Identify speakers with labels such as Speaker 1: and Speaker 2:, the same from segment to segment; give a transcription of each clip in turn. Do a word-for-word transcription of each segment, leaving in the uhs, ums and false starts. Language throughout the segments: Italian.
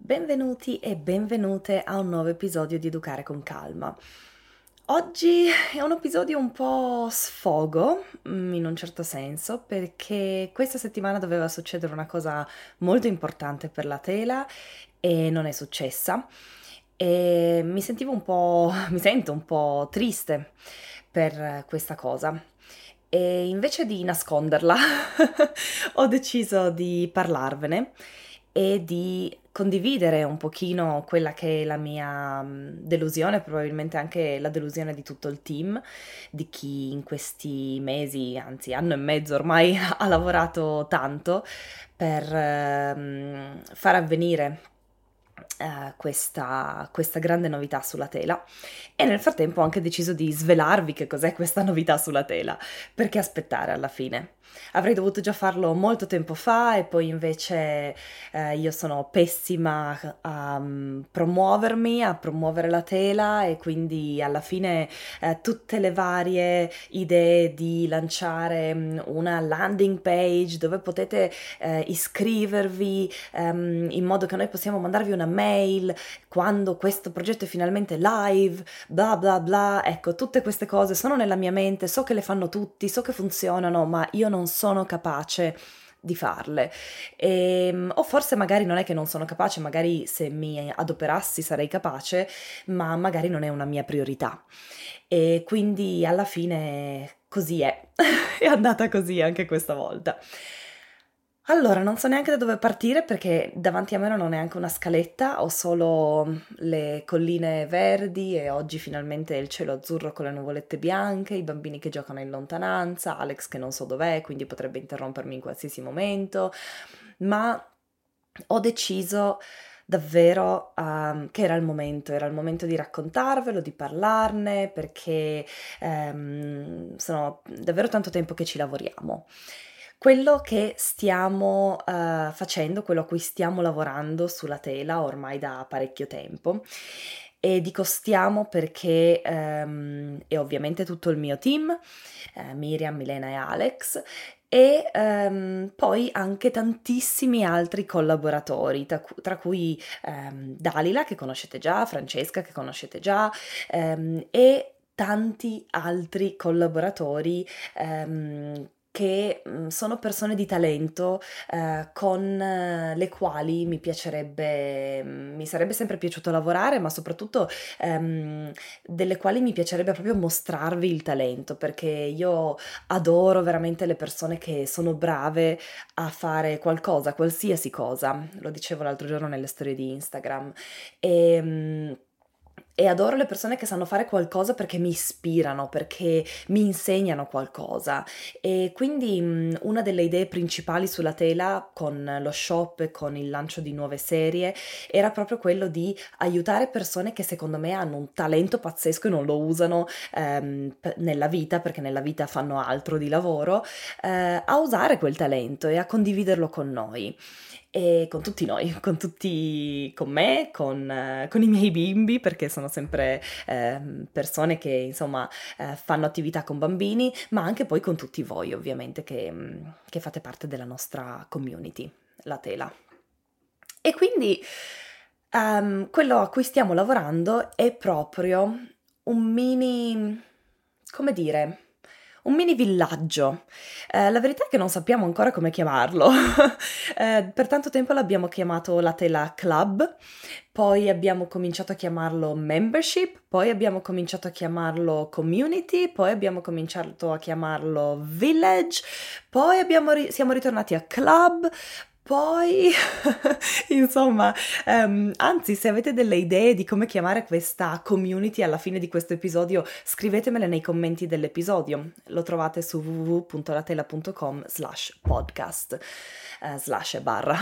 Speaker 1: Benvenuti e benvenute a un nuovo episodio di Educare con Calma. Oggi è un episodio un po' sfogo, mm, in un certo senso, perché questa settimana doveva succedere una cosa molto importante per la tela e non è successa. E mi sentivo un po', mi sento un po' triste per questa cosa. E invece di nasconderla, ho deciso di parlarvene e di condividere un pochino quella che è la mia mm, delusione, probabilmente anche la delusione di tutto il team, di chi in questi mesi, anzi anno e mezzo ormai, ha lavorato tanto per ehm, far avvenire eh, questa, questa grande novità sulla tela. E nel frattempo ho anche deciso di svelarvi che cos'è questa novità sulla tela, perché aspettare alla fine. Avrei dovuto già farlo molto tempo fa e poi invece eh, io sono pessima a mm, promuovermi, a promuovere la tela e quindi alla fine eh, tutte le varie idee di lanciare mm, una landing page dove potete eh, iscrivervi ehm, in modo che noi possiamo mandarvi una mail quando questo progetto è finalmente live, bla bla bla. Ecco, tutte queste cose sono nella mia mente, so che le fanno tutti, so che funzionano, ma io non sono capace di farle. E, o forse magari non è che non sono capace, magari se mi adoperassi sarei capace, ma magari non è una mia priorità. E quindi alla fine così è, è andata così anche questa volta. Allora, non so neanche da dove partire perché davanti a me non ho neanche una scaletta, ho solo mm, le colline verdi e oggi finalmente il cielo azzurro con le nuvolette bianche, i bambini che giocano in lontananza, Alex che non so dov'è, quindi potrebbe interrompermi in qualsiasi momento, ma ho deciso davvero um, che era il momento, era il momento di raccontarvelo, di parlarne, perché ehm, sono davvero tanto tempo che ci lavoriamo. Quello che stiamo eh, facendo, quello a cui stiamo lavorando sulla tela ormai da parecchio tempo, e dico stiamo perché ehm, è ovviamente tutto il mio team, eh, Miriam, Milena e Alex, e ehm, poi anche tantissimi altri collaboratori, tra, cu- tra cui ehm, Dalila, che conoscete già, Francesca, che conoscete già, ehm, e tanti altri collaboratori ehm, che mh, sono persone di talento eh, con eh, le quali mi piacerebbe, mi sarebbe sempre piaciuto lavorare, ma soprattutto ehm, delle quali mi piacerebbe proprio mostrarvi il talento, perché io adoro veramente le persone che sono brave a fare qualcosa, qualsiasi cosa. Lo dicevo l'altro giorno nelle storie di Instagram. E, mm, e adoro le persone che sanno fare qualcosa perché mi ispirano, perché mi insegnano qualcosa. E quindi mh, una delle idee principali sulla tela con lo shop e con il lancio di nuove serie era proprio quello di aiutare persone che secondo me hanno un talento pazzesco e non lo usano ehm, p- nella vita, perché nella vita fanno altro di lavoro, eh, a usare quel talento e a condividerlo con noi. E con tutti noi, con tutti, con me, con, eh, con i miei bimbi, perché sono sempre ehm, persone che insomma eh, fanno attività con bambini, ma anche poi con tutti voi ovviamente che, mm, che fate parte della nostra community, la tela. E quindi ehm, quello a cui stiamo lavorando è proprio un mini, come dire, un mini villaggio. Eh, la verità è che non sappiamo ancora come chiamarlo. Eh, per tanto tempo l'abbiamo chiamato la Tela Club, poi abbiamo cominciato a chiamarlo Membership, poi abbiamo cominciato a chiamarlo Community, poi abbiamo cominciato a chiamarlo Village, poi abbiamo ri- siamo ritornati a Club, poi, insomma, ehm, anzi, se avete delle idee di come chiamare questa community alla fine di questo episodio, scrivetemele nei commenti dell'episodio. Lo trovate su www.latela.com slash podcast, eh, slash e barra.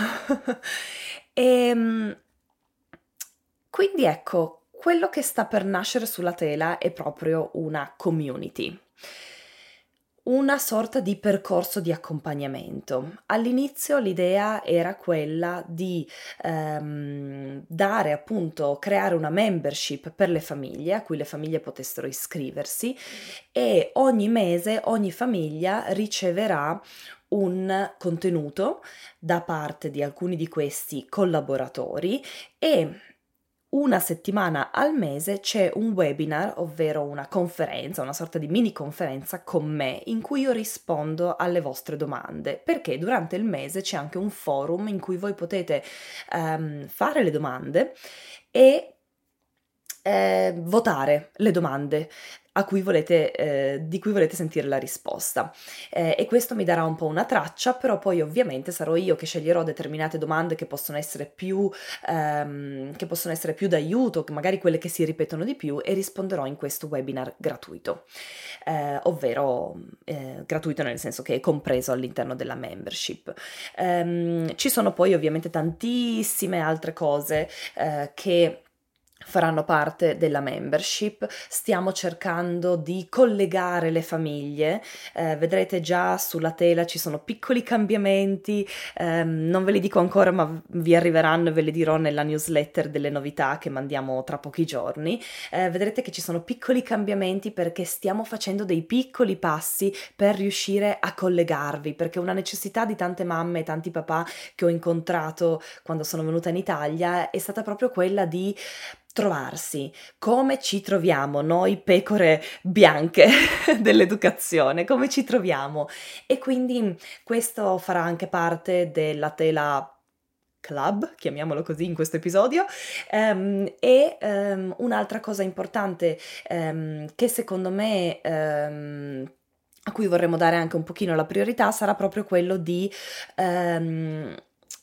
Speaker 1: E quindi ecco, quello che sta per nascere sulla tela è proprio una community. una sorta di percorso di accompagnamento. All'inizio l'idea era quella di ehm, dare appunto, creare una membership per le famiglie, a cui le famiglie potessero iscriversi e ogni mese ogni famiglia riceverà un contenuto da parte di alcuni di questi collaboratori e una settimana al mese c'è un webinar, ovvero una conferenza, una sorta di mini conferenza con me in cui io rispondo alle vostre domande, perché durante il mese c'è anche un forum in cui voi potete ehm, fare le domande e eh, votare le domande a cui volete, eh, di cui volete sentire la risposta. Eh, e questo mi darà un po' una traccia, però poi ovviamente sarò io che sceglierò determinate domande che possono essere più, ehm, che possono essere più d'aiuto, magari quelle che si ripetono di più, e risponderò in questo webinar gratuito, eh, ovvero eh, gratuito nel senso che è compreso all'interno della membership. Ehm, ci sono poi ovviamente tantissime altre cose eh, che faranno parte della membership. Stiamo cercando di collegare le famiglie, eh, vedrete già sulla tela ci sono piccoli cambiamenti, ehm, non ve li dico ancora ma vi arriveranno e ve le dirò nella newsletter delle novità che mandiamo tra pochi giorni. Eh, vedrete che ci sono piccoli cambiamenti perché stiamo facendo dei piccoli passi per riuscire a collegarvi, perché una necessità di tante mamme e tanti papà che ho incontrato quando sono venuta in Italia è stata proprio quella di trovarsi, come ci troviamo noi pecore bianche dell'educazione, come ci troviamo. E quindi questo farà anche parte della tela club, chiamiamolo così in questo episodio. Um, e um, un'altra cosa importante um, che secondo me um, a cui vorremmo dare anche un pochino la priorità sarà proprio quello di um,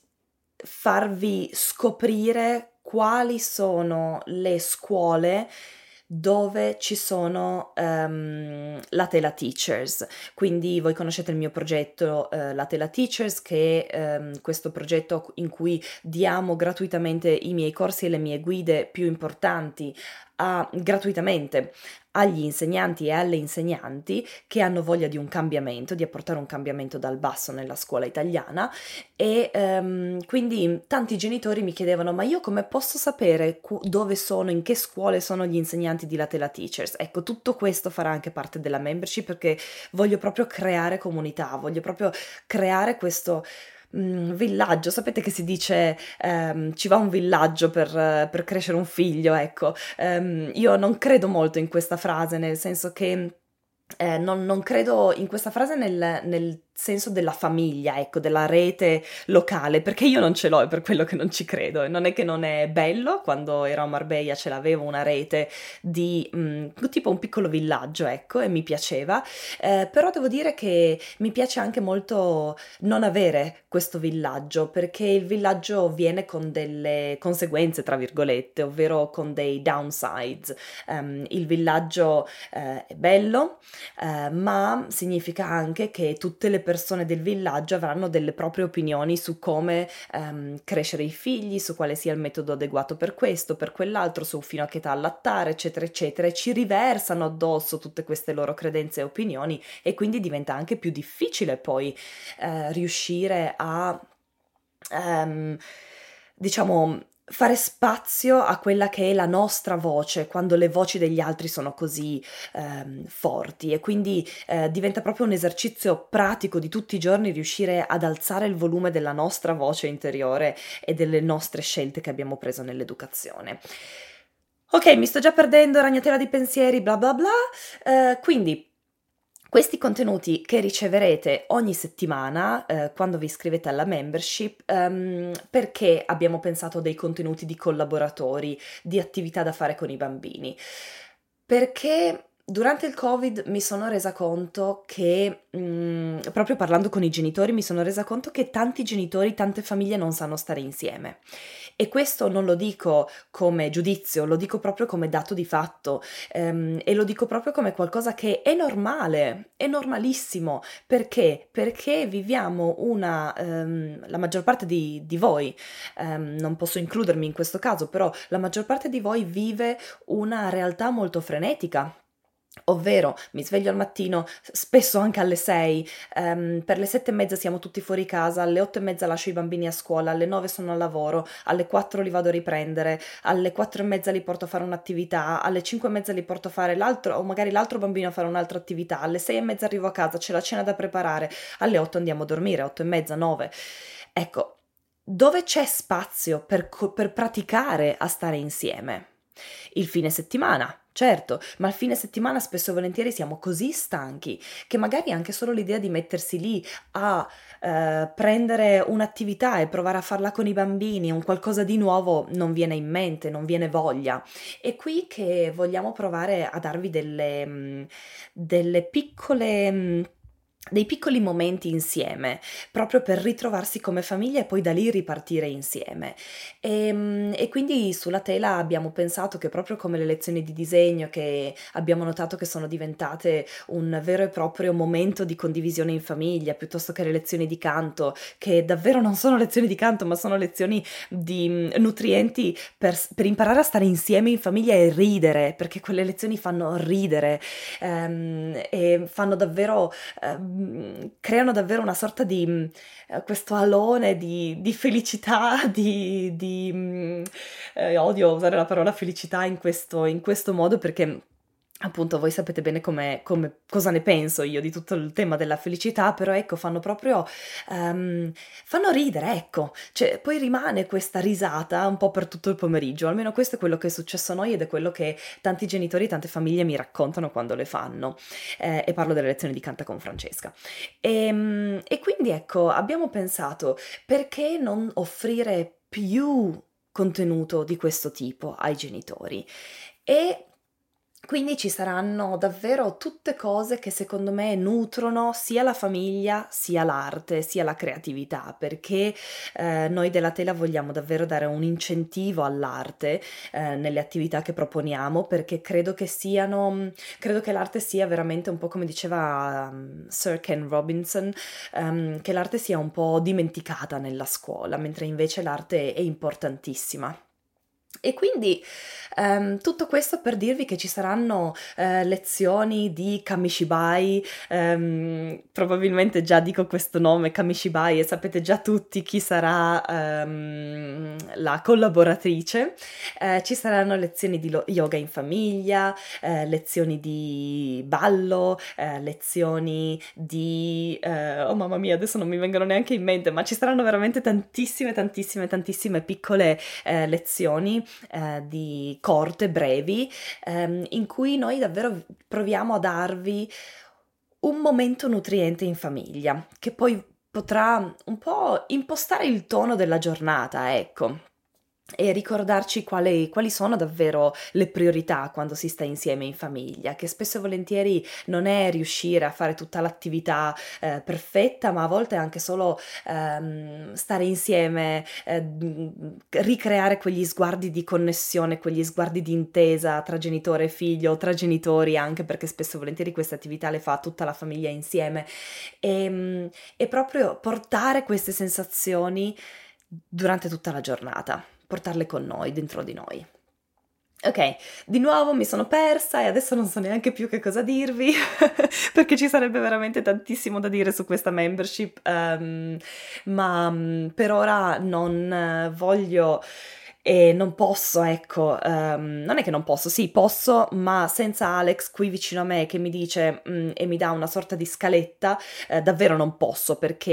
Speaker 1: farvi scoprire quali sono le scuole dove ci sono um, la Tela Teachers. Quindi voi conoscete il mio progetto uh, la Tela Teachers, che è um, questo progetto in cui diamo gratuitamente i miei corsi e le mie guide più importanti a, gratuitamente agli insegnanti e alle insegnanti che hanno voglia di un cambiamento, di apportare un cambiamento dal basso nella scuola italiana. E um, quindi tanti genitori mi chiedevano: ma io come posso sapere cu- dove sono, in che scuole sono gli insegnanti di La Tela Teachers? Ecco, tutto questo farà anche parte della membership, perché voglio proprio creare comunità, voglio proprio creare questo mm, villaggio. Sapete che si dice ehm, ci va un villaggio per, per crescere un figlio, ecco. Ehm, io non credo molto in questa frase, nel senso che eh, non, non credo in questa frase nel, nel senso della famiglia, ecco, della rete locale, perché io non ce l'ho, è per quello che non ci credo. E non è che non è bello, quando ero a Marbella ce l'avevo una rete di mh, tipo un piccolo villaggio, ecco, e mi piaceva, eh, però devo dire che mi piace anche molto non avere questo villaggio, perché il villaggio viene con delle conseguenze, tra virgolette, ovvero con dei downsides. Um, il villaggio eh, è bello, eh, ma significa anche che tutte le persone del villaggio avranno delle proprie opinioni su come um, crescere i figli, su quale sia il metodo adeguato per questo, per quell'altro, su fino a che età allattare, eccetera, eccetera, e ci riversano addosso tutte queste loro credenze e opinioni, e quindi diventa anche più difficile poi eh, riuscire a um, diciamo fare spazio a quella che è la nostra voce quando le voci degli altri sono così ehm, forti, e quindi eh, diventa proprio un esercizio pratico di tutti i giorni riuscire ad alzare il volume della nostra voce interiore e delle nostre scelte che abbiamo preso nell'educazione. Ok, mi sto già perdendo, ragnatela di pensieri, bla bla bla, eh, quindi questi contenuti che riceverete ogni settimana eh, quando vi iscrivete alla membership, um, perché abbiamo pensato a dei contenuti di collaboratori, di attività da fare con i bambini? Perché durante il Covid mi sono resa conto che, mh, proprio parlando con i genitori, mi sono resa conto che tanti genitori, tante famiglie non sanno stare insieme. E questo non lo dico come giudizio, lo dico proprio come dato di fatto, ehm, e lo dico proprio come qualcosa che è normale, è normalissimo. Perché? Perché viviamo una, ehm, la maggior parte di, di voi, ehm, non posso includermi in questo caso, però la maggior parte di voi vive una realtà molto frenetica. Ovvero mi sveglio al mattino, spesso anche alle sei, ehm, per le sette e mezza siamo tutti fuori casa, alle otto e mezza lascio i bambini a scuola, alle nove sono al lavoro, alle quattro li vado a riprendere, alle quattro e mezza li porto a fare un'attività, alle cinque e mezza li porto a fare l'altro, o magari l'altro bambino a fare un'altra attività, alle sei e mezza arrivo a casa, c'è la cena da preparare, alle otto andiamo a dormire, otto e mezza, nove. Ecco, dove c'è spazio per, co- per praticare a stare insieme? Il fine settimana, certo, ma il fine settimana spesso e volentieri siamo così stanchi che magari anche solo l'idea di mettersi lì a eh, prendere un'attività e provare a farla con i bambini, un qualcosa di nuovo, non viene in mente, non viene voglia. È qui che vogliamo provare a darvi delle, mh, delle piccole... mh, dei piccoli momenti insieme, proprio per ritrovarsi come famiglia e poi da lì ripartire insieme. E, e quindi sulla tela abbiamo pensato che proprio come le lezioni di disegno, che abbiamo notato che sono diventate un vero e proprio momento di condivisione in famiglia, piuttosto che le lezioni di canto, che davvero non sono lezioni di canto, ma sono lezioni di mm, nutrienti per, per imparare a stare insieme in famiglia e ridere, perché quelle lezioni fanno ridere ehm, e fanno davvero, ehm, creano davvero una sorta di mm, eh, questo alone di, di felicità, di, di mm, eh, odio usare la parola felicità in questo, in questo modo perché appunto voi sapete bene come, come- cosa ne penso io di tutto il tema della felicità, però ecco, fanno proprio, ehm, fanno ridere, ecco, cioè poi rimane questa risata un po' per tutto il pomeriggio, almeno questo è quello che è successo a noi ed è quello che tanti genitori e tante famiglie mi raccontano quando le fanno. Eh, e parlo delle lezioni di Canta con Francesca. E, e quindi ecco, abbiamo pensato, perché non offrire più contenuto di questo tipo ai genitori? E quindi ci saranno davvero tutte cose che secondo me nutrono sia la famiglia, sia l'arte, sia la creatività, perché eh, noi della Tela vogliamo davvero dare un incentivo all'arte eh, nelle attività che proponiamo, perché credo che siano, credo che l'arte sia veramente un po' come diceva um, Sir Ken Robinson, um, che l'arte sia un po' dimenticata nella scuola, mentre invece l'arte è importantissima. E quindi ehm, tutto questo per dirvi che ci saranno eh, lezioni di Kamishibai, ehm, probabilmente già dico questo nome, Kamishibai, e sapete già tutti chi sarà ehm, la collaboratrice. Eh, ci saranno lezioni di lo- yoga in famiglia, eh, lezioni di ballo, eh, lezioni di... eh, oh mamma mia, adesso non mi vengono neanche in mente, ma ci saranno veramente tantissime, tantissime, tantissime piccole eh, lezioni eh, di corte, brevi, ehm, in cui noi davvero proviamo a darvi un momento nutriente in famiglia, che poi potrà un po' impostare il tono della giornata, ecco. E ricordarci quali, quali sono davvero le priorità quando si sta insieme in famiglia, che spesso e volentieri non è riuscire a fare tutta l'attività eh, perfetta, ma a volte è anche solo ehm, stare insieme, eh, ricreare quegli sguardi di connessione, quegli sguardi di intesa tra genitore e figlio, tra genitori anche, perché spesso e volentieri queste attività le fa tutta la famiglia insieme, e, e proprio portare queste sensazioni durante tutta la giornata, portarle con noi, dentro di noi. Ok, di nuovo mi sono persa e adesso non so neanche più che cosa dirvi perché ci sarebbe veramente tantissimo da dire su questa membership, ehm, ma mm, per ora non eh, voglio e non posso, ecco, ehm, non è che non posso, sì, posso, ma senza Alex qui vicino a me che mi dice mm, e mi dà una sorta di scaletta, eh, davvero non posso perché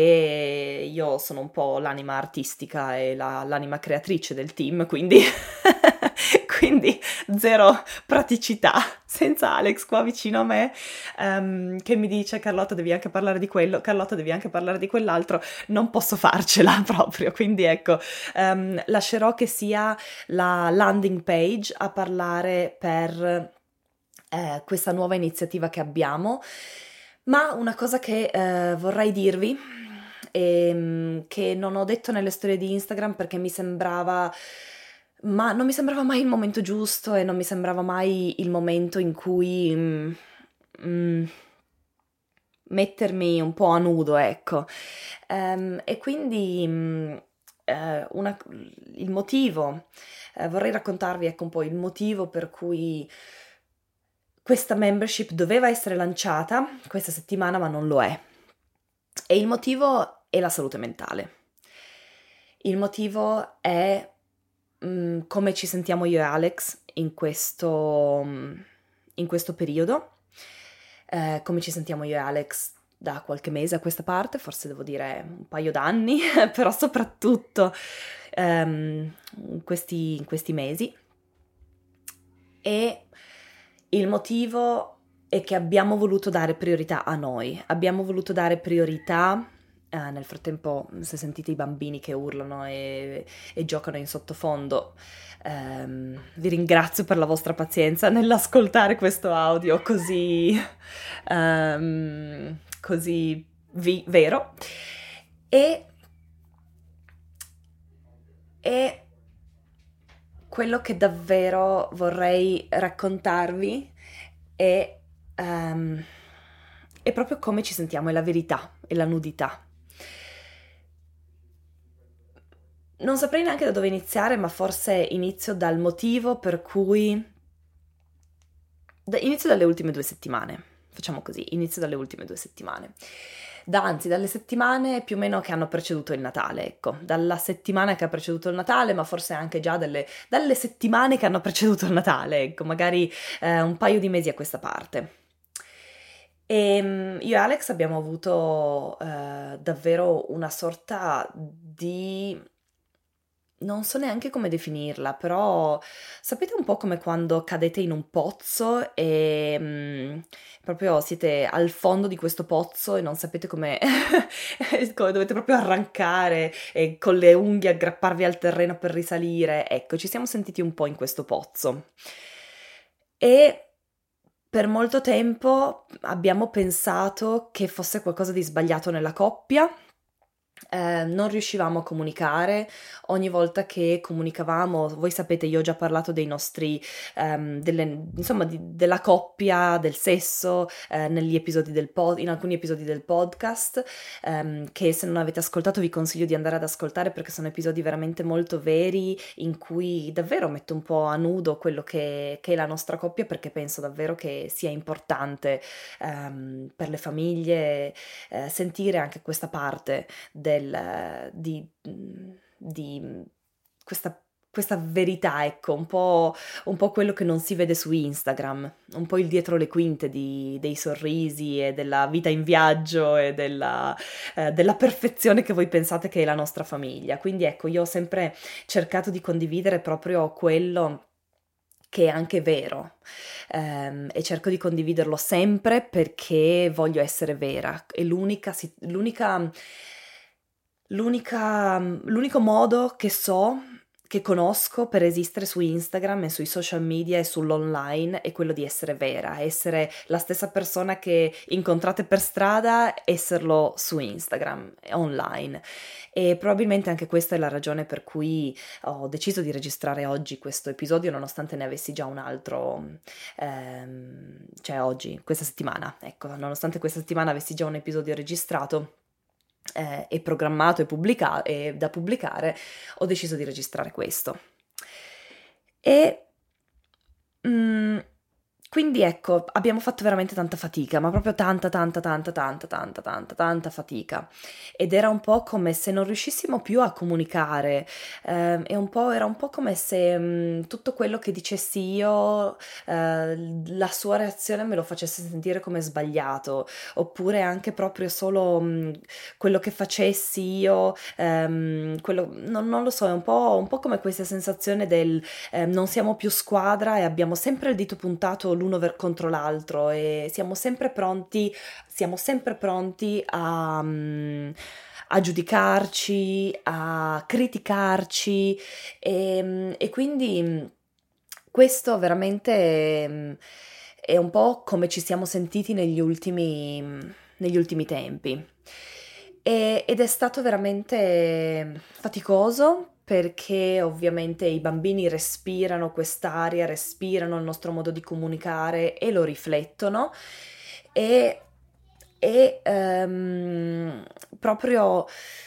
Speaker 1: io sono un po' l'anima artistica e la- l'anima creatrice del team, quindi, quindi zero praticità senza Alex qua vicino a me, ehm, che mi dice Carlotta devi anche parlare di quello, Carlotta devi anche parlare di quell'altro, non posso farcela proprio, quindi ecco, ehm, lascerò che sia la landing page a parlare per eh, questa nuova iniziativa che abbiamo, ma una cosa che eh, vorrei dirvi, ehm, che non ho detto nelle storie di Instagram perché mi sembrava, ma non mi sembrava mai il momento giusto e non mi sembrava mai il momento in cui mm, mm, mettermi un po' a nudo, ecco. Ehm, e quindi mm, eh, una- il motivo, eh, vorrei raccontarvi ecco un po' il motivo per cui questa membership doveva essere lanciata questa settimana, ma non lo è. E il motivo è la salute mentale. Il motivo è mh, come ci sentiamo io e Alex in questo, in questo periodo, eh, come ci sentiamo io e Alex da qualche mese a questa parte, forse devo dire un paio d'anni, però soprattutto um, in, questi, in questi mesi. E il motivo è che abbiamo voluto dare priorità a noi, abbiamo voluto dare priorità. Uh, nel frattempo, se sentite i bambini che urlano e, e giocano in sottofondo, um, vi ringrazio per la vostra pazienza nell'ascoltare questo audio così, um, così vi- vero. E, e quello che davvero vorrei raccontarvi è, um, è proprio come ci sentiamo, è la verità, è la nudità. Non saprei neanche da dove iniziare, ma forse inizio dal motivo per cui... Da, inizio dalle ultime due settimane, facciamo così, inizio dalle ultime due settimane. Da, anzi, dalle settimane più o meno che hanno preceduto il Natale, ecco, dalla settimana che ha preceduto il Natale, ma forse anche già delle, dalle settimane che hanno preceduto il Natale, ecco, magari eh, un paio di mesi a questa parte. E io e Alex abbiamo avuto eh, davvero una sorta di... non so neanche come definirla, però sapete un po' come quando cadete in un pozzo e mm, proprio siete al fondo di questo pozzo e non sapete come, come dovete proprio arrancare e con le unghie aggrapparvi al terreno per risalire. Ecco, ci siamo sentiti un po' in questo pozzo. E per molto tempo abbiamo pensato che fosse qualcosa di sbagliato nella coppia. Eh, non riuscivamo a comunicare, ogni volta che comunicavamo, voi sapete, io ho già parlato dei nostri, ehm, delle, insomma, di, della coppia, del sesso, eh, negli episodi del pod, in alcuni episodi del podcast, ehm, che se non avete ascoltato vi consiglio di andare ad ascoltare perché sono episodi veramente molto veri in cui davvero metto un po' a nudo quello che, che è la nostra coppia, perché penso davvero che sia importante ehm, per le famiglie eh, sentire anche questa parte del, di, di questa, questa verità, ecco, un po', un po' quello che non si vede su Instagram, un po' il dietro le quinte di, dei sorrisi e della vita in viaggio e della, eh, della perfezione che voi pensate che è la nostra famiglia. Quindi ecco, io ho sempre cercato di condividere proprio quello che è anche vero, um, e cerco di condividerlo sempre perché voglio essere vera. È l'unica, l'unica, l'unica, l'unico modo che so, che conosco per esistere su Instagram e sui social media e sull'online è quello di essere vera, essere la stessa persona che incontrate per strada, esserlo su Instagram, online. E probabilmente anche questa è la ragione per cui ho deciso di registrare oggi questo episodio, nonostante ne avessi già un altro, ehm, cioè oggi, questa settimana, ecco, nonostante questa settimana avessi già un episodio registrato eh, e programmato e, pubblica- e da pubblicare, ho deciso di registrare questo. E... Mm, quindi ecco, abbiamo fatto veramente tanta fatica, ma proprio tanta, tanta, tanta, tanta, tanta, tanta, tanta fatica. Ed era un po' come se non riuscissimo più a comunicare, ehm, e un po', era un po' come se mh, tutto quello che dicessi io, eh, la sua reazione me lo facesse sentire come sbagliato, oppure anche proprio solo mh, quello che facessi io, ehm, quello, non, non lo so, è un po', un po' come questa sensazione del eh, non siamo più squadra e abbiamo sempre il dito puntato l'uno ver- contro l'altro e siamo sempre pronti, siamo sempre pronti a, mm, a giudicarci, a criticarci e, mm, e quindi mm, questo veramente mm, è un po' come ci siamo sentiti negli ultimi, mm, negli ultimi tempi. E- ed è stato veramente faticoso perché ovviamente i bambini respirano quest'aria, respirano il nostro modo di comunicare e lo riflettono e, e ehm, proprio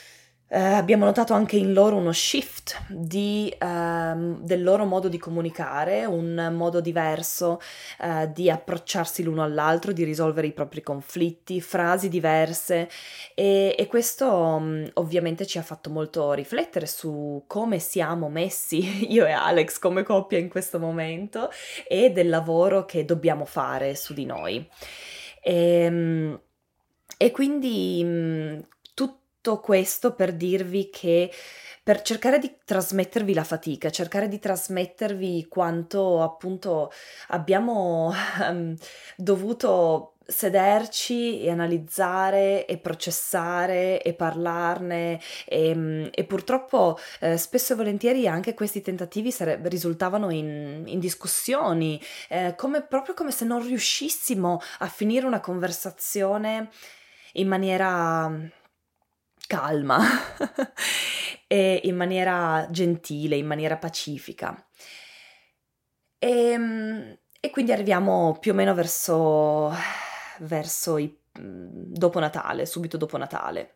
Speaker 1: Eh, abbiamo notato anche in loro uno shift di, ehm, del loro modo di comunicare, un modo diverso eh, di approcciarsi l'uno all'altro, di risolvere i propri conflitti, frasi diverse e, e questo mh, ovviamente ci ha fatto molto riflettere su come siamo messi io e Alex come coppia in questo momento e del lavoro che dobbiamo fare su di noi. E, e quindi mh, tutto questo per dirvi che per cercare di trasmettervi la fatica, cercare di trasmettervi quanto appunto abbiamo ehm, dovuto sederci e analizzare e processare e parlarne e, mm, e purtroppo eh, spesso e volentieri anche questi tentativi sare- risultavano in, in discussioni, eh, come, proprio come se non riuscissimo a finire una conversazione in maniera calma e in maniera gentile, in maniera pacifica. E, e quindi arriviamo più o meno verso, verso i, dopo Natale, subito dopo Natale.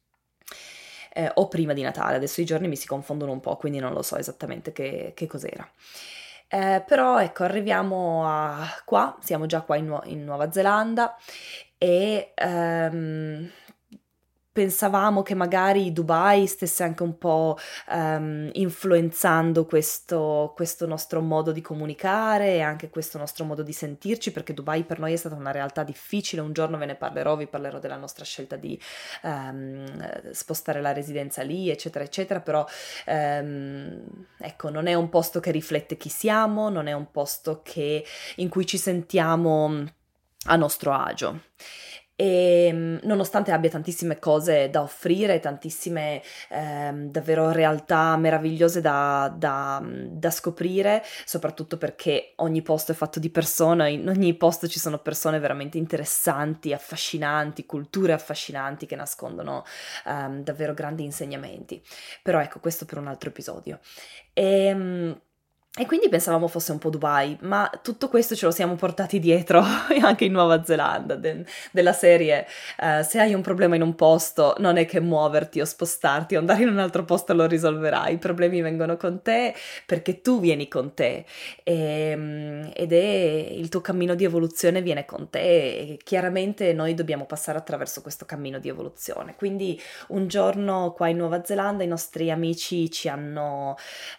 Speaker 1: Eh, o prima di Natale, adesso i giorni mi si confondono un po', quindi non lo so esattamente che, che cos'era. Eh, però ecco, arriviamo a qua, siamo già qua in, Nu- in Nuova Zelanda e ehm, pensavamo che magari Dubai stesse anche un po' ehm, influenzando questo, questo nostro modo di comunicare e anche questo nostro modo di sentirci, perché Dubai per noi è stata una realtà difficile. Un giorno ve ne parlerò, vi parlerò della nostra scelta di ehm, spostare la residenza lì, eccetera, eccetera, però ehm, ecco, non è un posto che riflette chi siamo, non è un posto che, in cui ci sentiamo a nostro agio. E nonostante abbia tantissime cose da offrire, tantissime ehm, davvero realtà meravigliose da, da, da scoprire, soprattutto perché ogni posto è fatto di persone, in ogni posto ci sono persone veramente interessanti, affascinanti, culture affascinanti che nascondono ehm, davvero grandi insegnamenti. Però ecco, questo per un altro episodio. E, e quindi pensavamo fosse un po' Dubai, ma tutto questo ce lo siamo portati dietro anche in Nuova Zelanda, de- della serie eh, se hai un problema in un posto non è che muoverti o spostarti o andare in un altro posto lo risolverai, i problemi vengono con te perché tu vieni con te e, ed è il tuo cammino di evoluzione viene con te e chiaramente noi dobbiamo passare attraverso questo cammino di evoluzione. Quindi un giorno qua in Nuova Zelanda i nostri amici ci hanno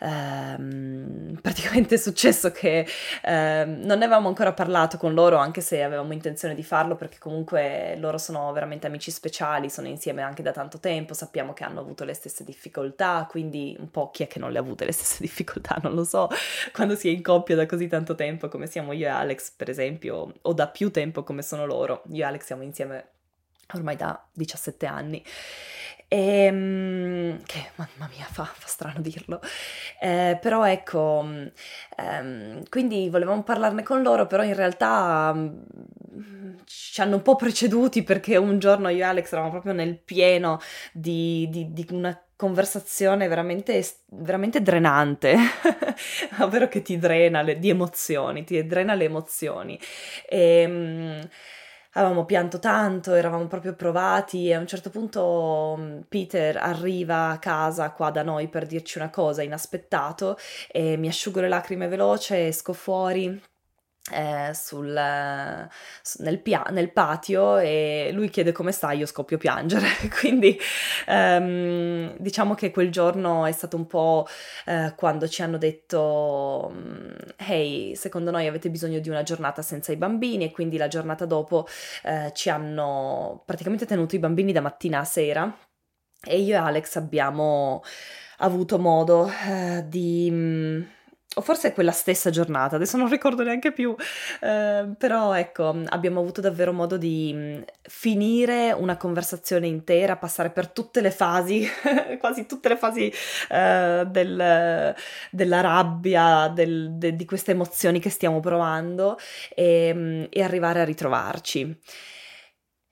Speaker 1: ehm, praticamente è successo che ehm, non ne avevamo ancora parlato con loro, anche se avevamo intenzione di farlo, perché comunque loro sono veramente amici speciali, sono insieme anche da tanto tempo, sappiamo che hanno avuto le stesse difficoltà, quindi un po' chi è che non le ha avute le stesse difficoltà, non lo so, quando si è in coppia da così tanto tempo come siamo io e Alex, per esempio, o da più tempo come sono loro. Io e Alex siamo insieme ormai da diciassette anni. E, che mamma mia, fa, fa strano dirlo. Eh, però ecco, ehm, quindi volevamo parlarne con loro, però in realtà mm, ci hanno un po' preceduti perché un giorno io e Alex eravamo proprio nel pieno di, di, di una conversazione veramente, veramente drenante, ovvero che ti drena le, di emozioni, ti drena le emozioni. E, mm, avevamo pianto tanto, eravamo proprio provati e a un certo punto mm, Peter arriva a casa qua da noi per dirci una cosa inaspettato e mi asciugo le lacrime veloce, esco fuori eh, sul, eh, s- nel, pia- nel patio e lui chiede come stai, io scoppio a piangere. Quindi ehm, diciamo che quel giorno è stato un po' eh, quando ci hanno detto mm, hey, secondo noi avete bisogno di una giornata senza i bambini e quindi la giornata dopo eh, ci hanno praticamente tenuto i bambini da mattina a sera e io e Alex abbiamo avuto modo eh, di... mm, o forse è quella stessa giornata, adesso non ricordo neanche più, eh, però ecco, abbiamo avuto davvero modo di mm, finire una conversazione intera, passare per tutte le fasi, quasi tutte le fasi eh, del- della rabbia, del- de- di queste emozioni che stiamo provando e, mm, e arrivare a ritrovarci.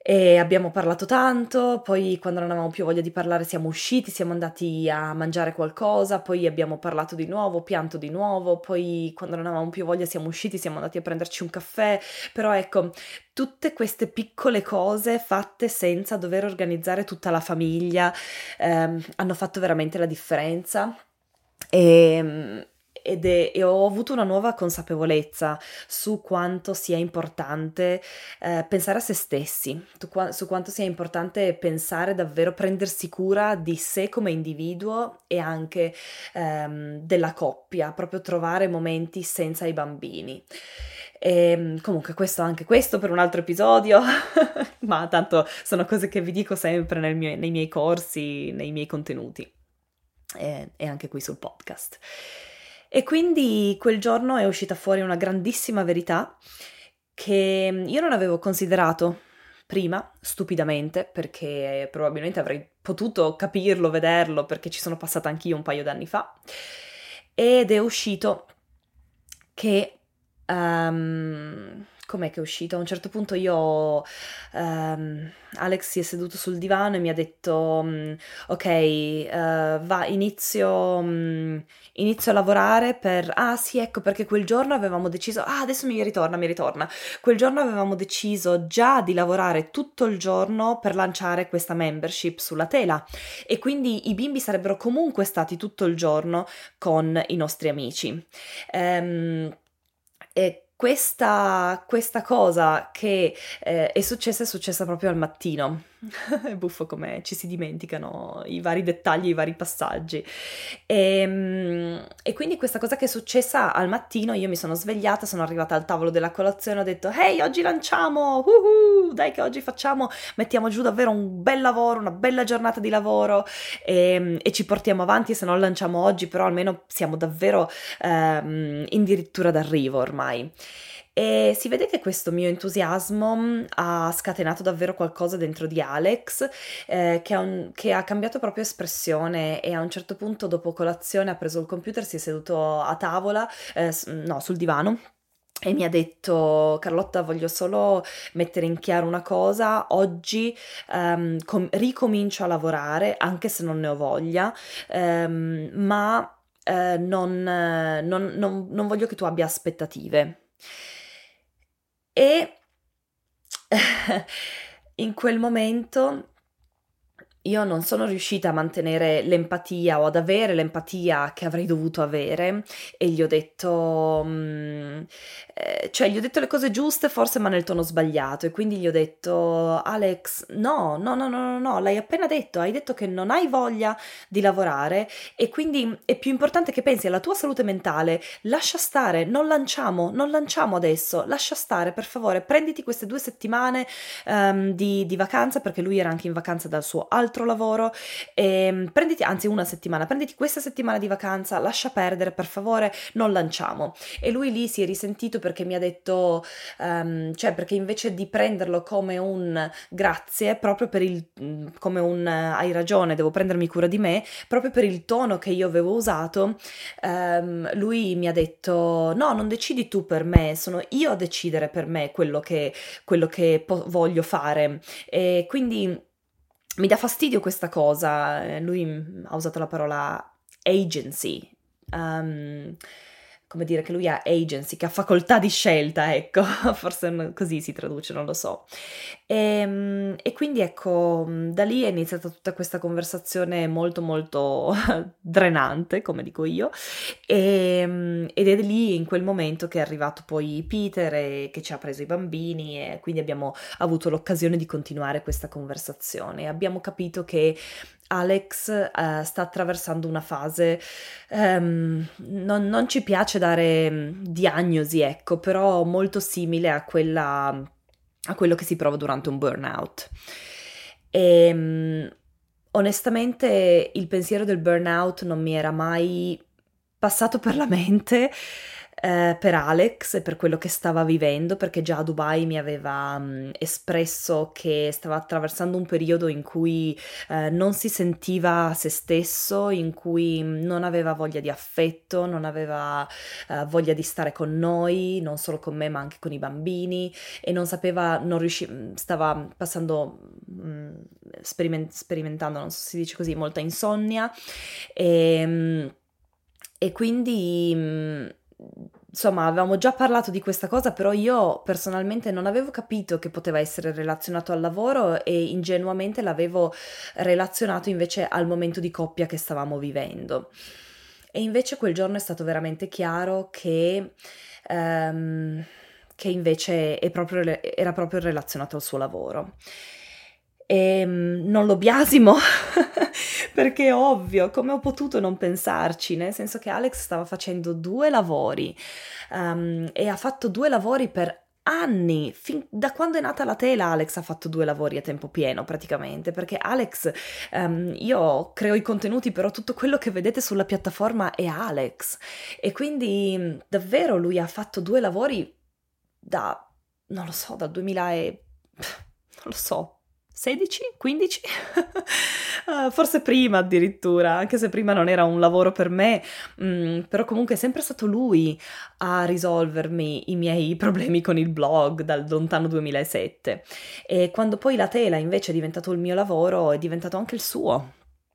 Speaker 1: E abbiamo parlato tanto, poi quando non avevamo più voglia di parlare siamo usciti, siamo andati a mangiare qualcosa, poi abbiamo parlato di nuovo, pianto di nuovo, poi quando non avevamo più voglia siamo usciti, siamo andati a prenderci un caffè, però ecco, tutte queste piccole cose fatte senza dover organizzare tutta la famiglia ehm, hanno fatto veramente la differenza. E, ed è- e ho avuto una nuova consapevolezza su quanto sia importante eh, pensare a se stessi, tu qua- su quanto sia importante pensare davvero, prendersi cura di sé come individuo e anche ehm, della coppia, proprio trovare momenti senza i bambini. E, comunque questo anche questo per un altro episodio, ma tanto sono cose che vi dico sempre nel mio- nei miei corsi, nei miei contenuti e, e anche qui sul podcast. E quindi quel giorno è uscita fuori una grandissima verità che io non avevo considerato prima, stupidamente, perché probabilmente avrei potuto capirlo, vederlo, perché ci sono passata anch'io un paio d'anni fa. Ed è uscito che ehm, com'è che è uscito? A un certo punto io ehm, Alex si è seduto sul divano e mi ha detto mm, ok, eh, va, inizio, mm, inizio a lavorare per... Ah sì, ecco perché quel giorno avevamo deciso... Ah, adesso mi ritorna, mi ritorna. Quel giorno avevamo deciso già di lavorare tutto il giorno per lanciare questa membership sulla tela e quindi i bimbi sarebbero comunque stati tutto il giorno con i nostri amici. Ehm, e questa, questa cosa che eh, è successa è successa proprio al mattino. È buffo come ci si dimenticano i vari dettagli, i vari passaggi. E, mm, e quindi questa cosa che è successa al mattino, io mi sono svegliata, sono arrivata al tavolo della colazione, ho detto, hey, oggi lanciamo, uhu, dai che oggi facciamo, mettiamo giù davvero un bel lavoro, una bella giornata di lavoro e, e ci portiamo avanti, e se non lanciamo oggi, però almeno siamo davvero ehm, addirittura d'arrivo ormai. E si vede che questo mio entusiasmo mm, ha scatenato davvero qualcosa dentro di Alex, eh, che, ha un- che ha cambiato proprio espressione e a un certo punto dopo colazione ha preso il computer, si è seduto a tavola, eh, s- no, sul divano. E mi ha detto, Carlotta, voglio solo mettere in chiaro una cosa, oggi ehm, com- ricomincio a lavorare, anche se non ne ho voglia, ehm, ma eh, non, eh, non- non- non voglio che tu abbia aspettative. E in quel momento io non sono riuscita a mantenere l'empatia o ad avere l'empatia che avrei dovuto avere e gli ho detto, mm, eh, cioè gli ho detto le cose giuste forse ma nel tono sbagliato e quindi gli ho detto Alex, no, no, no, no, no, no, l'hai appena detto, hai detto che non hai voglia di lavorare e quindi è più importante che pensi alla tua salute mentale, lascia stare, non lanciamo, non lanciamo adesso, lascia stare per favore, prenditi queste due settimane ehm, di, di vacanza perché lui era anche in vacanza dal suo altro lavoro e prenditi, anzi una settimana, prenditi questa settimana di vacanza, lascia perdere per favore, non lanciamo. E lui lì si è risentito perché mi ha detto, ehm, cioè perché invece di prenderlo come un grazie, proprio per il, come un hai ragione, devo prendermi cura di me, proprio per il tono che io avevo usato, ehm, lui mi ha detto no, non decidi tu per me, sono io a decidere per me quello che, quello che po- voglio fare. E quindi mi dà fastidio questa cosa. Eh, Lui mm, ha usato la parola agency. Um, come dire che lui ha agency, che ha facoltà di scelta, ecco, forse non- così si traduce, non lo so. E, e quindi ecco, da lì è iniziata tutta questa conversazione molto molto drenante, come dico io, e, ed è lì in quel momento che è arrivato poi Peter e che ci ha preso i bambini e quindi abbiamo avuto l'occasione di continuare questa conversazione. Abbiamo capito che Alex eh, sta attraversando una fase, ehm, non, non ci piace dare mm, diagnosi, ecco, però molto simile a quella, a quello che si prova durante un burnout. E mm, onestamente il pensiero del burnout non mi era mai passato per la mente, eh, per Alex e per quello che stava vivendo, perché già a Dubai mi aveva mh, espresso che stava attraversando un periodo in cui eh, non si sentiva se stesso, in cui mh, non aveva voglia di affetto, non aveva eh, voglia di stare con noi, non solo con me ma anche con i bambini, e non sapeva, non riusciva, stava passando, mh, speriment- sperimentando, non so se si dice così, molta insonnia e, mh, e quindi mh, insomma avevamo già parlato di questa cosa, però io personalmente non avevo capito che poteva essere relazionato al lavoro e ingenuamente l'avevo relazionato invece al momento di coppia che stavamo vivendo. E invece quel giorno è stato veramente chiaro che, ehm, che invece è proprio re- era proprio relazionato al suo lavoro. E mm, non lo biasimo perché è ovvio, come ho potuto non pensarci, nel senso che Alex stava facendo due lavori, ehm, e ha fatto due lavori per anni, fin da quando è nata la tela Alex ha fatto due lavori a tempo pieno praticamente, perché Alex, ehm, io creo i contenuti, però tutto quello che vedete sulla piattaforma è Alex e quindi mm, davvero lui ha fatto due lavori da, non lo so, dal duemila e... non lo so, sedici? quindici? Uh, forse prima addirittura, anche se prima non era un lavoro per me, mm, però comunque è sempre stato lui a risolvermi i miei problemi con il blog dal lontano duemilasette. E quando poi la tela invece è diventato il mio lavoro, è diventato anche il suo.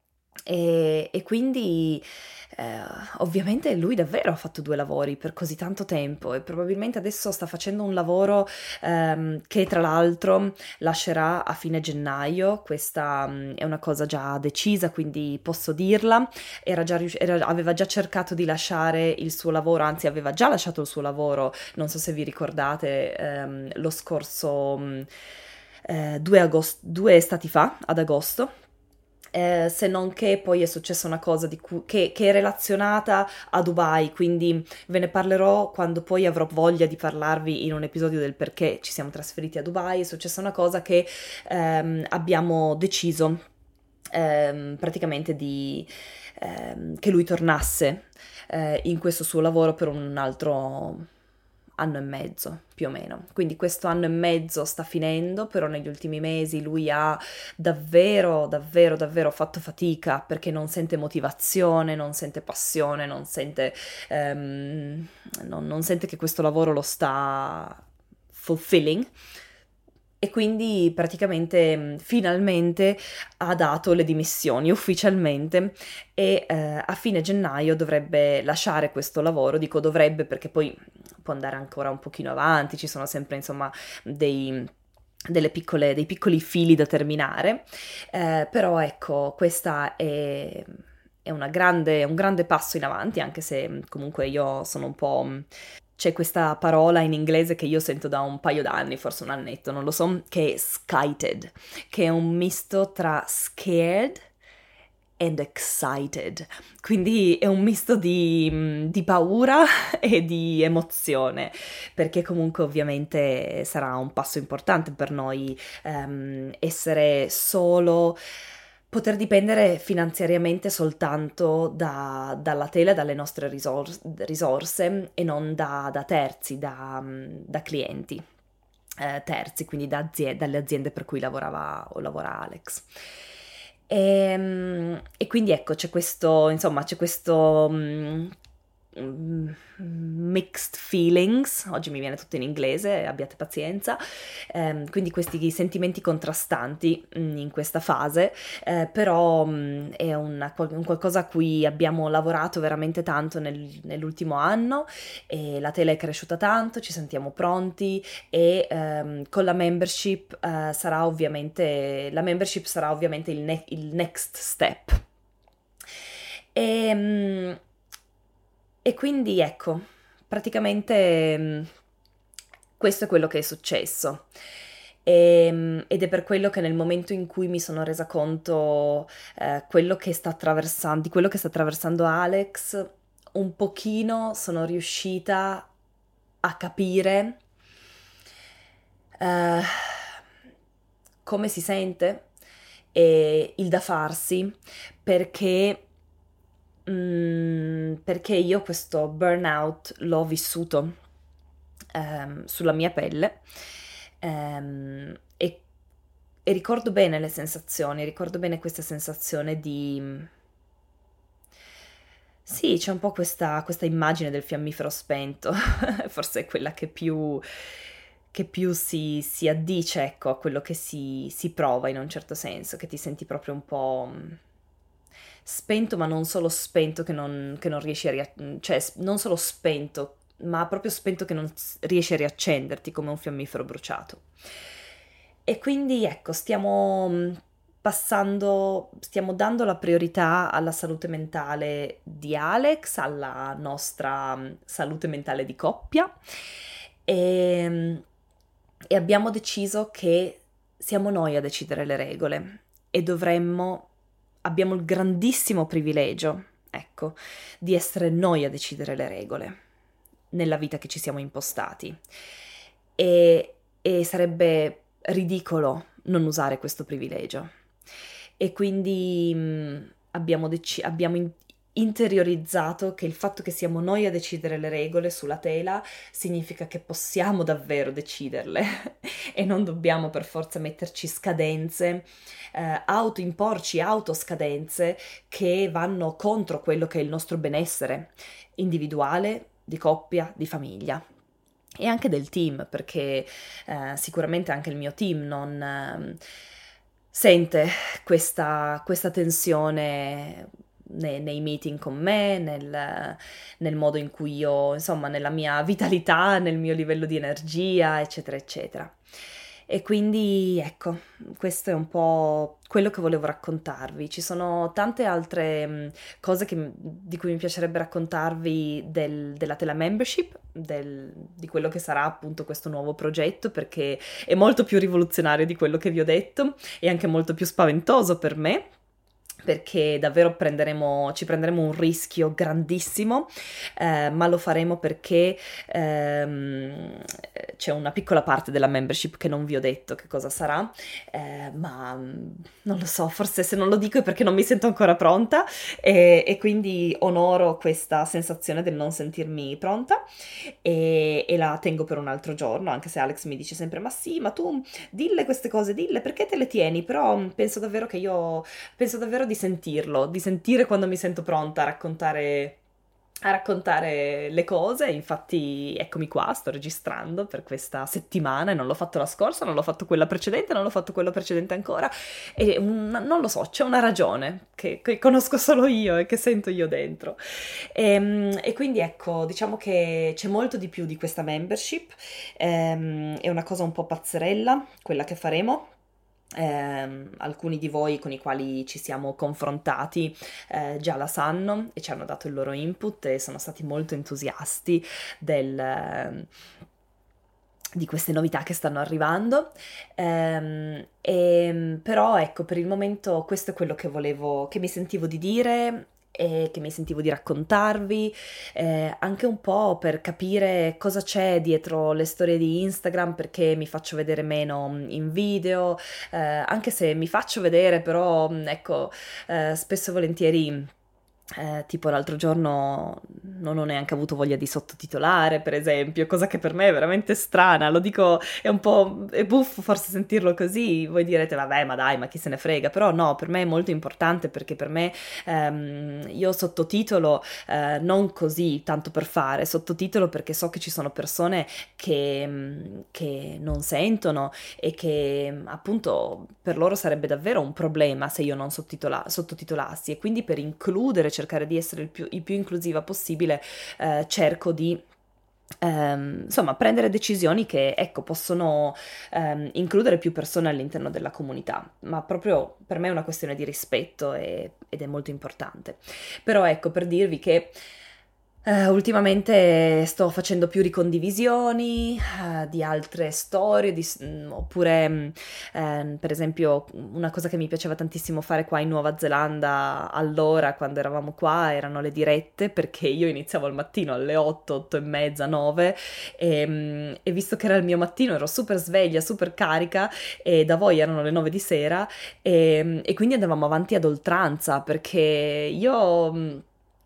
Speaker 1: E, e quindi eh, ovviamente lui davvero ha fatto due lavori per così tanto tempo e probabilmente adesso sta facendo un lavoro ehm, che tra l'altro lascerà a fine gennaio. Questa mm, è una cosa già decisa, quindi posso dirla. Era già rius- era- aveva già cercato di lasciare il suo lavoro, anzi aveva già lasciato il suo lavoro, non so se vi ricordate, ehm, lo scorso mm, eh, due agosto, due estati fa, ad agosto. Eh, se non che poi è successa una cosa di cui- che, che è relazionata a Dubai, quindi ve ne parlerò quando poi avrò voglia di parlarvi in un episodio del perché ci siamo trasferiti a Dubai. È successa una cosa che ehm, abbiamo deciso ehm, praticamente di, ehm, che lui tornasse eh, in questo suo lavoro per un altro anno e mezzo più o meno. Quindi questo anno e mezzo sta finendo, però negli ultimi mesi lui ha davvero, davvero, davvero fatto fatica perché non sente motivazione, non sente passione, non sente, ehm, non, non sente che questo lavoro lo sta fulfilling. E quindi praticamente mh, finalmente ha dato le dimissioni ufficialmente e eh, a fine gennaio dovrebbe lasciare questo lavoro. Dico dovrebbe perché poi può andare ancora un pochino avanti, ci sono sempre insomma dei, delle piccole, dei piccoli fili da terminare, eh, però ecco, questa è, è una grande, un grande passo in avanti, anche se mh, comunque io sono un po'... mh, c'è questa parola in inglese che io sento da un paio d'anni, forse un annetto, non lo so, che è skited, che è un misto tra scared and excited. Quindi è un misto di, mm, di paura e di emozione, perché comunque ovviamente sarà un passo importante per noi ehm, essere solo, poter dipendere finanziariamente soltanto da- dalla tela e dalle nostre risor- risorse e non da, da terzi, da, mm, da clienti eh, terzi, quindi da azie- dalle aziende per cui lavorava o lavora Alex. E, e quindi ecco, c'è questo, insomma, c'è questo mm, mm, mixed feelings, oggi mi viene tutto in inglese, abbiate pazienza, ehm, quindi questi sentimenti contrastanti mm, in questa fase, eh, però mm, è una- un qualcosa a cui abbiamo lavorato veramente tanto nel- nell'ultimo anno e la tela è cresciuta tanto, ci sentiamo pronti e ehm, con la membership eh, sarà ovviamente la membership sarà ovviamente il, ne- il next step. E, mm, e quindi ecco, praticamente mm, questo è quello che è successo. E- ed è per quello che nel momento in cui mi sono resa conto eh, quello che sta attraversando, di quello che sta attraversando Alex, un pochino sono riuscita a capire eh, come si sente e il da farsi, perché mm, perché io questo burnout l'ho vissuto ehm, sulla mia pelle ehm, e, e ricordo bene le sensazioni, ricordo bene questa sensazione di... Sì, c'è un po' questa, questa immagine del fiammifero spento, forse è quella che più, che più si, si addice, ecco, a quello che si, si prova in un certo senso, che ti senti proprio un po' mh, spento, ma non solo spento che non, che non riesci a riaccendere, cioè s- non solo spento, ma proprio spento che non s- riesci a riaccenderti come un fiammifero bruciato. E quindi ecco, stiamo mh, passando, stiamo dando la priorità alla salute mentale di Alex, alla nostra mh, salute mentale di coppia e, mh, e abbiamo deciso che siamo noi a decidere le regole e dovremmo, abbiamo il grandissimo privilegio, ecco, di essere noi a decidere le regole nella vita che ci siamo impostati. E, e sarebbe ridicolo non usare questo privilegio. E quindi mh, abbiamo, dec- abbiamo in- interiorizzato che il fatto che siamo noi a decidere le regole sulla tela significa che possiamo davvero deciderle e non dobbiamo per forza metterci scadenze, eh, autoimporci autoscadenze che vanno contro quello che è il nostro benessere individuale, di coppia, di famiglia. E anche del team, perché eh, sicuramente anche il mio team non ehm, sente questa, questa tensione nei, nei meeting con me, nel, nel modo in cui io, insomma, nella mia vitalità, nel mio livello di energia, eccetera, eccetera. E quindi ecco, questo è un po' quello che volevo raccontarvi. Ci sono tante altre mh, cose che- di cui mi piacerebbe raccontarvi del- della Tela Membership, del- di quello che sarà appunto questo nuovo progetto, perché è molto più rivoluzionario di quello che vi ho detto e anche molto più spaventoso per me. Perché davvero prenderemo, ci prenderemo un rischio grandissimo, eh, ma lo faremo perché ehm, c'è una piccola parte della membership che non vi ho detto che cosa sarà, eh, ma mm, non lo so, forse se non lo dico è perché non mi sento ancora pronta e, e quindi onoro questa sensazione del non sentirmi pronta e, e la tengo per un altro giorno, anche se Alex mi dice sempre ma sì, ma tu dille queste cose, dille perché te le tieni, però mm, penso davvero che io, penso davvero di sentirlo, di sentire quando mi sento pronta a raccontare a raccontare le cose, infatti eccomi qua, sto registrando per questa settimana e non l'ho fatto la scorsa, non l'ho fatto quella precedente, non l'ho fatto quella precedente ancora e un- non lo so, c'è una ragione che, che conosco solo io e che sento io dentro. E, e quindi ecco, diciamo che c'è molto di più di questa membership, ehm, è una cosa un po' pazzerella quella che faremo. Ehm, alcuni di voi con i quali ci siamo confrontati eh, già la sanno e ci hanno dato il loro input e sono stati molto entusiasti del, ehm, di queste novità che stanno arrivando. Ehm, e, però ecco, per il momento questo è quello che volevo, che mi sentivo di dire e che mi sentivo di raccontarvi, eh, anche un po' per capire cosa c'è dietro le storie di Instagram, perché mi faccio vedere meno in video, eh, anche se mi faccio vedere, però ecco, eh, spesso e volentieri eh, tipo l'altro giorno non ho neanche avuto voglia di sottotitolare, per esempio, cosa che per me è veramente strana, lo dico, è un po' è buffo forse sentirlo così, voi direte vabbè ma dai ma chi se ne frega, però no, per me è molto importante perché per me ehm, io sottotitolo eh, non così tanto per fare, sottotitolo perché so che ci sono persone che, che non sentono e che appunto per loro sarebbe davvero un problema se io non sottotitola- sottotitolassi e quindi per includere, cercare di essere il più, il più inclusiva possibile, eh, cerco di ehm, insomma prendere decisioni che ecco possono ehm, includere più persone all'interno della comunità, ma proprio per me è una questione di rispetto e- ed è molto importante. Però ecco per dirvi che eh, ultimamente sto facendo più ricondivisioni eh, di altre storie, di s- mm, oppure mm, ehm, per esempio una cosa che mi piaceva tantissimo fare qua in Nuova Zelanda allora quando eravamo qua erano le dirette perché io iniziavo al mattino alle otto, otto e mezza, nove e, mm, e visto che era il mio mattino ero super sveglia, super carica e da voi erano le nove di sera e, mm, e quindi andavamo avanti ad oltranza perché io... mm,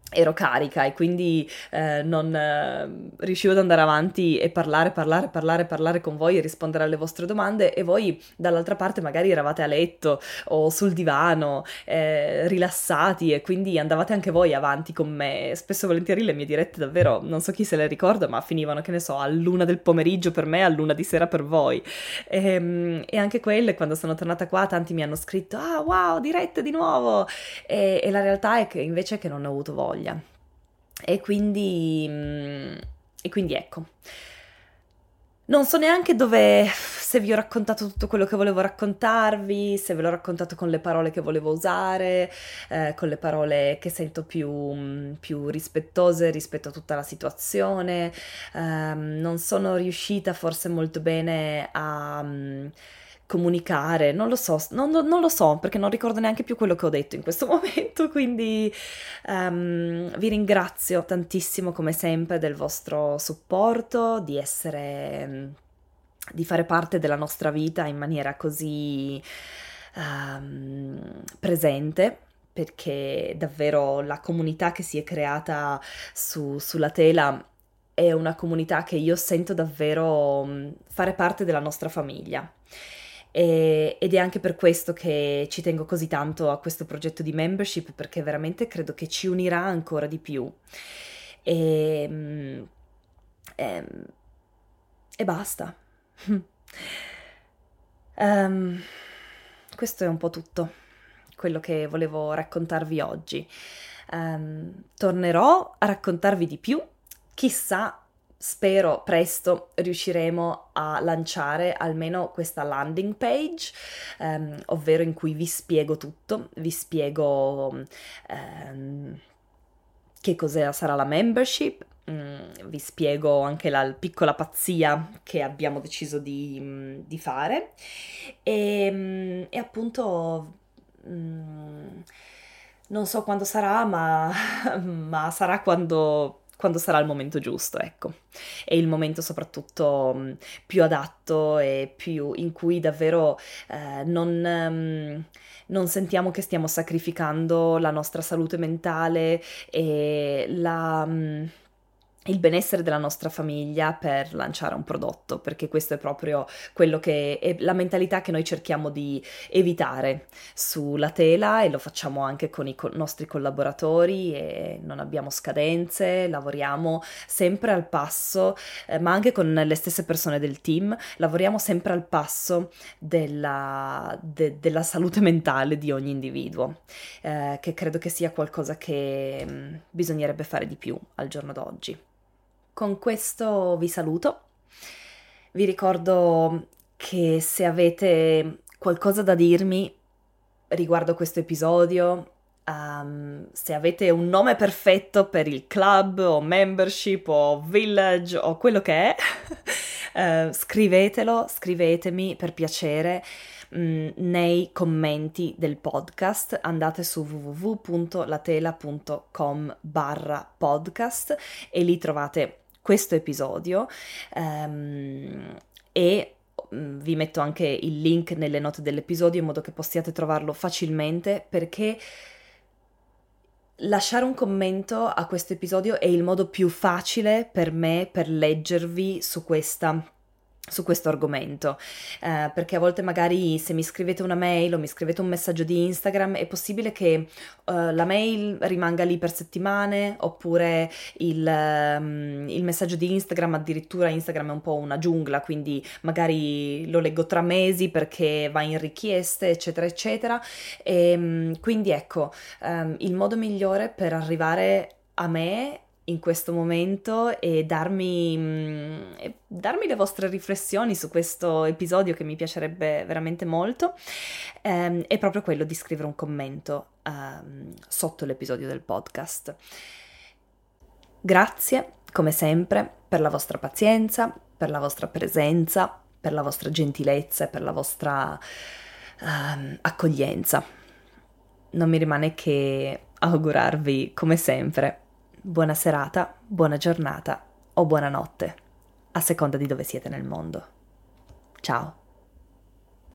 Speaker 1: ero carica e quindi eh, non eh, riuscivo ad andare avanti e parlare, parlare, parlare, parlare con voi e rispondere alle vostre domande, e voi dall'altra parte magari eravate a letto o sul divano, eh, rilassati, e quindi andavate anche voi avanti con me. Spesso e volentieri le mie dirette davvero, non so chi se le ricorda, ma finivano, che ne so, all'una del pomeriggio per me, all'una di sera per voi. E, e anche quelle, quando sono tornata qua, tanti mi hanno scritto: ah, wow, dirette di nuovo! E, e la realtà è che invece che non ne ho avuto voglia. E quindi, mm, e quindi ecco. Non so neanche dove, se vi ho raccontato tutto quello che volevo raccontarvi, se ve l'ho raccontato con le parole che volevo usare, eh, con le parole che sento più, mm, più rispettose rispetto a tutta la situazione. Ehm, non sono riuscita forse molto bene a mm, comunicare, non lo so, non, non- non lo so perché non ricordo neanche più quello che ho detto in questo momento, quindi ehm, vi ringrazio tantissimo come sempre del vostro supporto, di essere, di fare parte della nostra vita in maniera così ehm, presente, perché davvero la comunità che si è creata su- sulla tela è una comunità che io sento davvero mh, fare parte della nostra famiglia. E- ed è anche per questo che ci tengo così tanto a questo progetto di membership, perché veramente credo che ci unirà ancora di più. E, mm, e- e basta. Ehm, Questo è un po' tutto quello che volevo raccontarvi oggi. Ehm, tornerò a raccontarvi di più. Chissà, spero presto riusciremo a lanciare almeno questa landing page, ehm, ovvero in cui vi spiego tutto, vi spiego ehm, che cos'è sarà la membership. Mm, vi spiego anche la piccola pazzia che abbiamo deciso di, mm, di fare, e, mm, e appunto mm, non so quando sarà, ma, ma sarà quando, quando sarà il momento giusto, ecco. E il momento soprattutto mm, più adatto e più in cui davvero eh, non... ehm, non sentiamo che stiamo sacrificando la nostra salute mentale e la, mm, il benessere della nostra famiglia per lanciare un prodotto, perché questo è proprio quello che è la mentalità che noi cerchiamo di evitare sulla tela, e lo facciamo anche con i co- nostri collaboratori, e non abbiamo scadenze, lavoriamo sempre al passo, eh, ma anche con le stesse persone del team, lavoriamo sempre al passo della, de- della salute mentale di ogni individuo, eh, che credo che sia qualcosa che mh, bisognerebbe fare di più al giorno d'oggi. Con questo vi saluto. Vi ricordo che se avete qualcosa da dirmi riguardo questo episodio, um, se avete un nome perfetto per il club o membership o village o quello che è, eh, scrivetelo, scrivetemi per piacere mh, nei commenti del podcast. Andate su w w w punto latela punto com barra podcast e lì trovate questo episodio, ehm, e mm, vi metto anche il link nelle note dell'episodio in modo che possiate trovarlo facilmente, perché lasciare un commento a questo episodio è il modo più facile per me per leggervi su questa su questo argomento, eh, perché a volte magari se mi scrivete una mail o mi scrivete un messaggio di Instagram è possibile che eh, la mail rimanga lì per settimane, oppure il, ehm, il messaggio di Instagram, addirittura Instagram è un po' una giungla, quindi magari lo leggo tra mesi perché va in richieste, eccetera, eccetera. E, mm, quindi ecco, ehm, il modo migliore per arrivare a me in questo momento e darmi, mm, e darmi le vostre riflessioni su questo episodio, che mi piacerebbe veramente molto, ehm, è proprio quello di scrivere un commento ehm, sotto l'episodio del podcast. Grazie, come sempre, per la vostra pazienza, per la vostra presenza, per la vostra gentilezza e per la vostra ehm, accoglienza. Non mi rimane che augurarvi, come sempre, buona serata, buona giornata o buonanotte, a seconda di dove siete nel mondo. Ciao!